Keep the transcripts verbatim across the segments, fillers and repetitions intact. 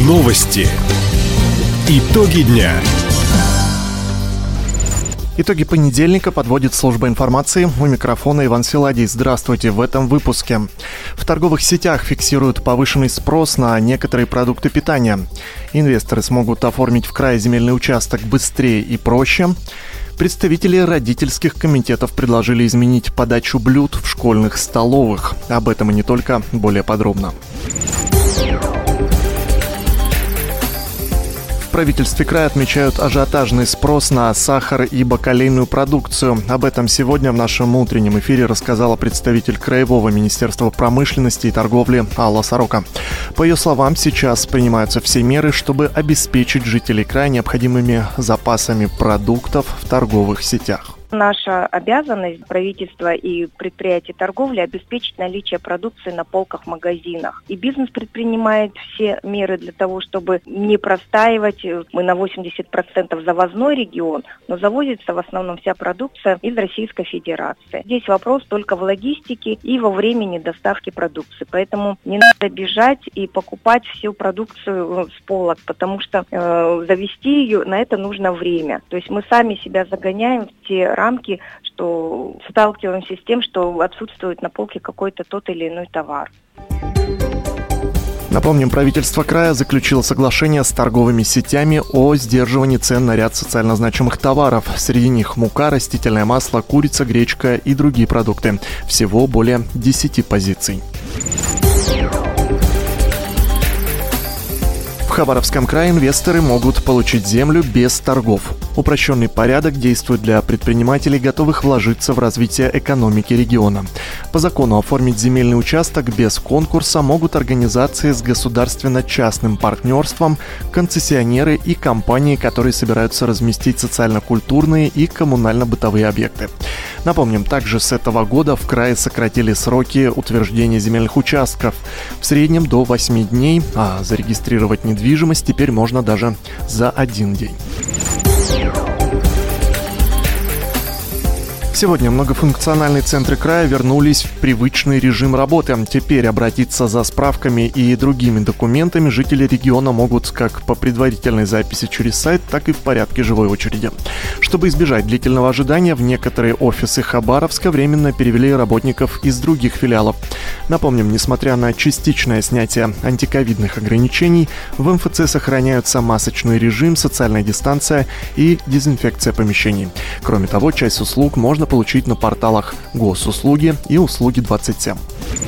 Новости. Итоги дня. Итоги понедельника подводит служба информации. У микрофона Иван Силадий. Здравствуйте. В этом выпуске. В торговых сетях фиксируют повышенный спрос на некоторые продукты питания. Инвесторы смогут оформить в крае земельный участок быстрее и проще. Представители родительских комитетов предложили изменить подачу блюд в школьных столовых. Об этом и не только, более подробно. В правительстве края отмечают ажиотажный спрос на сахар и бакалейную продукцию. Об этом сегодня в нашем утреннем эфире рассказала представитель Краевого министерства промышленности и торговли Алла Сорока. По ее словам, сейчас принимаются все меры, чтобы обеспечить жителей края необходимыми запасами продуктов в торговых сетях. Наша обязанность правительства и предприятий торговли обеспечить наличие продукции на полках в магазинах. И бизнес предпринимает все меры для того, чтобы не простаивать. Мы на восемьдесят процентов завозной регион, но завозится в основном вся продукция из Российской Федерации. Здесь вопрос только в логистике и во времени доставки продукции. Поэтому не надо бежать и покупать всю продукцию с полок, потому что э, завести ее, на это нужно время. То есть мы сами себя загоняем в те рамки, что сталкиваемся с тем, что отсутствует на полке какой-то тот или иной товар. Напомним, правительство края заключило соглашение с торговыми сетями о сдерживании цен на ряд социально значимых товаров. Среди них мука, растительное масло, курица, гречка и другие продукты. Всего более десяти позиций. В Хабаровском крае инвесторы могут получить землю без торгов. Упрощенный порядок действует для предпринимателей, готовых вложиться в развитие экономики региона. По закону оформить земельный участок без конкурса могут организации с государственно-частным партнерством, концессионеры и компании, которые собираются разместить социально-культурные и коммунально-бытовые объекты. Напомним, также с этого года в крае сократили сроки утверждения земельных участков в среднем до восьми дней, а зарегистрировать недвижимость теперь можно даже за один день. Сегодня многофункциональные центры края вернулись в привычный режим работы. Теперь обратиться за справками и другими документами жители региона могут как по предварительной записи через сайт, так и в порядке живой очереди. Чтобы избежать длительного ожидания, в некоторые офисы Хабаровска временно перевели работников из других филиалов. Напомним, несмотря на частичное снятие антиковидных ограничений, в эм эф цэ сохраняются масочный режим, социальная дистанция и дезинфекция помещений. Кроме того, часть услуг можно получить на порталах Госуслуги и Услуги двадцать семь.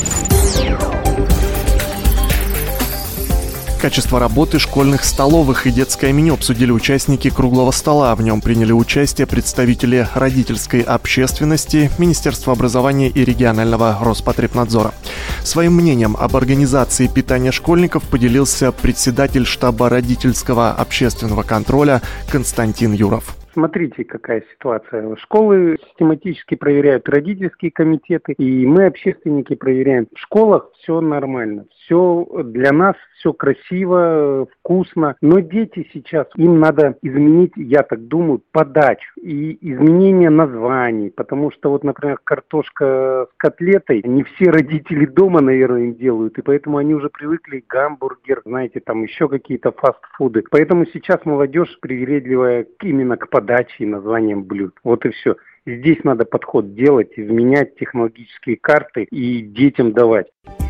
Качество работы школьных столовых и детское меню обсудили участники круглого стола. В нем приняли участие представители родительской общественности, Министерства образования и регионального Роспотребнадзора. Своим мнением об организации питания школьников поделился председатель штаба родительского общественного контроля Константин Юров. Смотрите, какая ситуация. Школы систематически проверяют родительские комитеты, и мы, общественники, проверяем. В школах все нормально, все для нас, все красиво, вкусно. Но дети сейчас, им надо изменить, я так думаю, подачу и изменение названий. Потому что вот, например, картошка с котлетой, не все родители дома, наверное, им делают. И поэтому они уже привыкли гамбургер, знаете, там еще какие-то фастфуды. Поэтому сейчас молодежь привередливая именно к подаче и названием блюд. Вот и все. Здесь надо подход делать, изменять технологические карты и детям давать.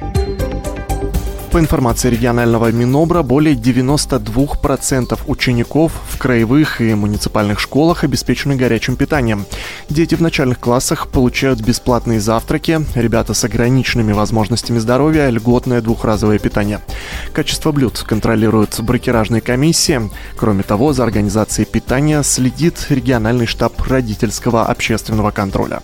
По информации регионального Минобра, более девяносто два процента учеников в краевых и муниципальных школах обеспечены горячим питанием. Дети в начальных классах получают бесплатные завтраки, ребята с ограниченными возможностями здоровья – льготное двухразовое питание. Качество блюд контролируют брокеражные комиссии. Кроме того, за организацией питания следит региональный штаб родительского общественного контроля.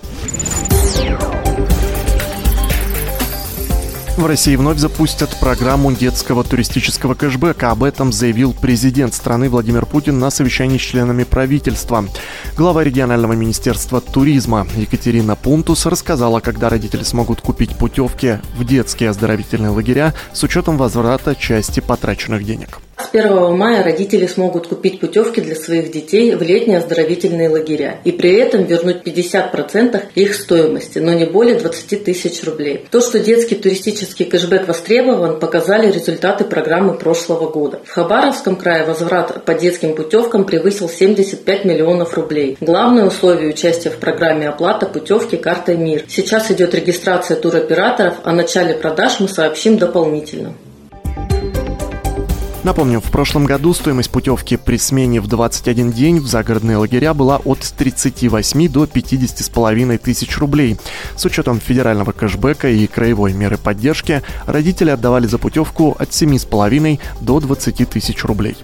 В России вновь запустят программу детского туристического кэшбэка. Об этом заявил президент страны Владимир Путин на совещании с членами правительства. Глава регионального министерства туризма Екатерина Пунтус рассказала, когда родители смогут купить путевки в детские оздоровительные лагеря с учетом возврата части потраченных денег. С первого мая родители смогут купить путевки для своих детей в летние оздоровительные лагеря и при этом вернуть пятьдесят процентов их стоимости, но не более двадцать тысяч рублей. То, что детский туристический кэшбэк востребован, показали результаты программы прошлого года. В Хабаровском крае возврат по детским путевкам превысил семьдесят пять миллионов рублей. Главное условие участия в программе оплата путевки картой МИР. Сейчас идет регистрация туроператоров, о начале продаж мы сообщим дополнительно. Напомним, в прошлом году стоимость путевки при смене в двадцать один день в загородные лагеря была от тридцати восьми до пятидесяти с половиной тысяч рублей. С учетом федерального кэшбэка и краевой меры поддержки родители отдавали за путевку от семи с половиной до двадцати тысяч рублей.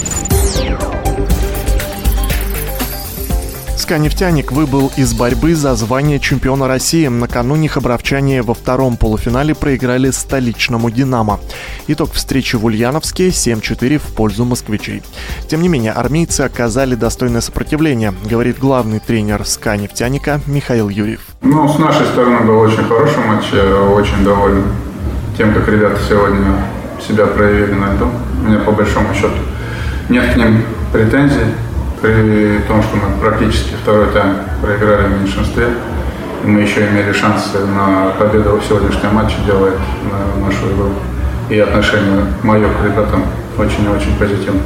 СКА «Нефтяник» выбыл из борьбы за звание чемпиона России. Накануне хабаровчане во втором полуфинале проиграли столичному «Динамо». Итог встречи в Ульяновске семь-четыре в пользу москвичей. Тем не менее, армейцы оказали достойное сопротивление, говорит главный тренер СКА «Нефтяника» Михаил Юрьев. Ну, с нашей стороны был очень хороший матч. Я очень доволен тем, как ребята сегодня себя проявили на этом. У меня по большому счету нет к ним претензий. При том, что мы практически второй тайм проиграли в меньшинстве, и мы еще имели шансы на победу в сегодняшнем матче, делает нашу игру и отношение мое к ребятам очень и очень позитивно.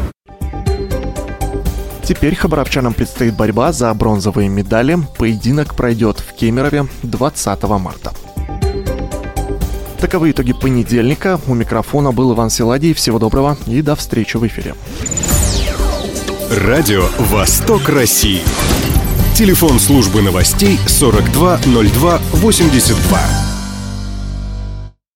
Теперь хабаровчанам предстоит борьба за бронзовые медали. Поединок пройдет в Кемерове двадцатого марта. Таковы итоги понедельника. У микрофона был Иван Силадий. Всего доброго и до встречи в эфире. Радио «Восток России». Телефон службы новостей сорок два ноль два восемьдесят два.